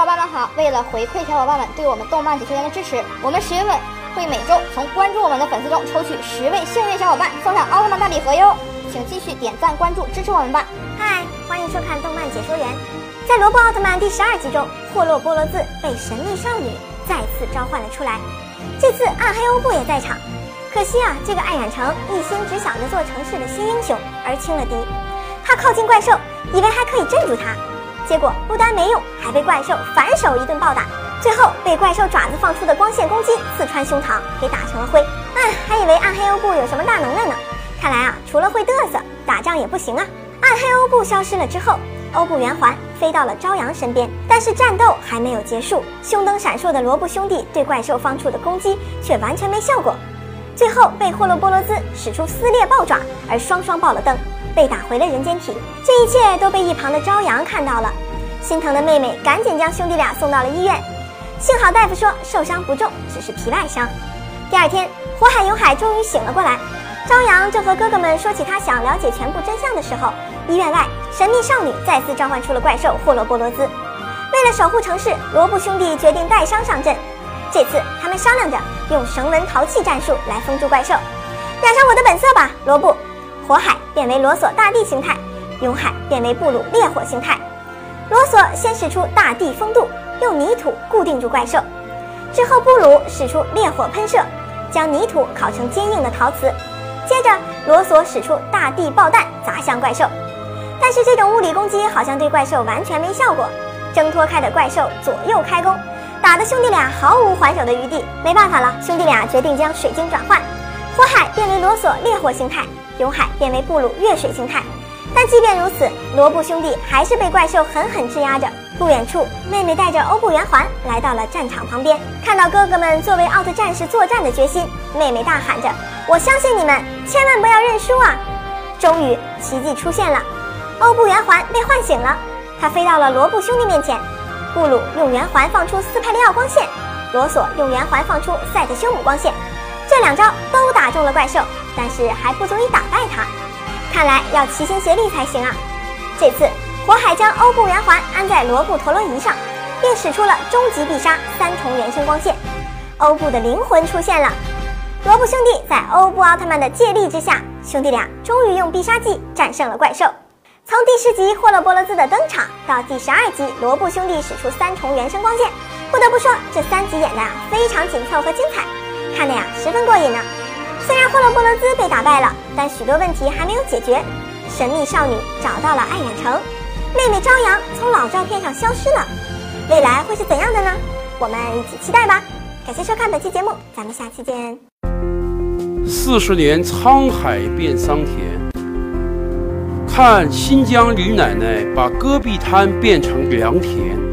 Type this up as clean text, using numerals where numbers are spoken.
伙伴们好！为了回馈小伙伴们对我们动漫解说员的支持，我们10月份会每周从关注我们的粉丝中抽取10位幸运小伙伴，送上奥特曼大礼盒哟！请继续点赞关注支持我们吧！ 嗨，欢迎收看动漫解说员。在罗布奥特曼第12集中，霍洛波罗兹被神秘少女再次召唤了出来，这次暗黑欧布也在场。可惜啊，这个暗染城一心只想着做城市的新英雄，而轻了敌。他靠近怪兽，以为还可以镇住他，结果不但没用，还被怪兽反手一顿暴打，最后被怪兽爪子放出的光线攻击刺穿胸膛，给打成了灰。还以为暗黑欧布有什么大能耐呢，看来啊，除了会嘚瑟，打仗也不行啊。暗黑欧布消失了之后，欧布圆环飞到了朝阳身边，但是战斗还没有结束，胸灯闪烁的罗布兄弟对怪兽放出的攻击却完全没效果，最后被霍洛波罗兹使出撕裂爆爪，而双双爆了灯，被打回了人间体。这一切都被一旁的朝阳看到了，心疼的妹妹赶紧将兄弟俩送到了医院，幸好大夫说受伤不重，只是皮外伤。第二天，火海勇海终于醒了过来，朝阳正和哥哥们说起他想了解全部真相的时候，医院外神秘少女再次召唤出了怪兽霍洛波罗兹。为了守护城市，罗布兄弟决定带伤上阵。这次他们商量着用绳纹淘气战术来封住怪兽。染上我的本色吧，罗布！火海变为罗索大地形态，勇海变为布鲁烈火形态。罗索先使出大地风度，用泥土固定住怪兽，之后布鲁使出烈火喷射，将泥土烤成坚硬的陶瓷，接着罗索使出大地爆弹砸向怪兽。但是这种物理攻击好像对怪兽完全没效果，挣脱开的怪兽左右开弓，打得兄弟俩毫无还手的余地。没办法了，兄弟俩决定将水晶转换，火海变为罗索烈火形态，勇海变为布鲁月水形态。但即便如此，罗布兄弟还是被怪兽狠狠制压着。不远处，妹妹带着欧布圆环来到了战场旁边，看到哥哥们作为奥特战士作战的决心，妹妹大喊着：“我相信你们，千万不要认输啊！”终于，奇迹出现了，欧布圆环被唤醒了，他飞到了罗布兄弟面前。布鲁用圆环放出斯派利奥光线，罗索用圆环放出赛特修姆光线，这两招都打中了怪兽，但是还不足以打败他。看来要齐心协力才行啊！这次火海将欧布圆环安在罗布陀螺仪上，并使出了终极必杀3重原生光线，欧布的灵魂出现了。罗布兄弟在欧布奥特曼的借力之下，兄弟俩终于用必杀技战胜了怪兽。从第10集霍洛波罗兹的登场到第12集罗布兄弟使出3重原生光线，不得不说这3集演的非常紧凑和精彩，看得十分过瘾呢。虽然霍洛波罗兹被打败了，但许多问题还没有解决。神秘少女找到了暗染城，妹妹朝阳从老照片上消失了，未来会是怎样的呢？我们一起期待吧。感谢收看本期节目，咱们下期见。 40年沧海变桑田，看新疆李奶奶把戈壁滩变成良田。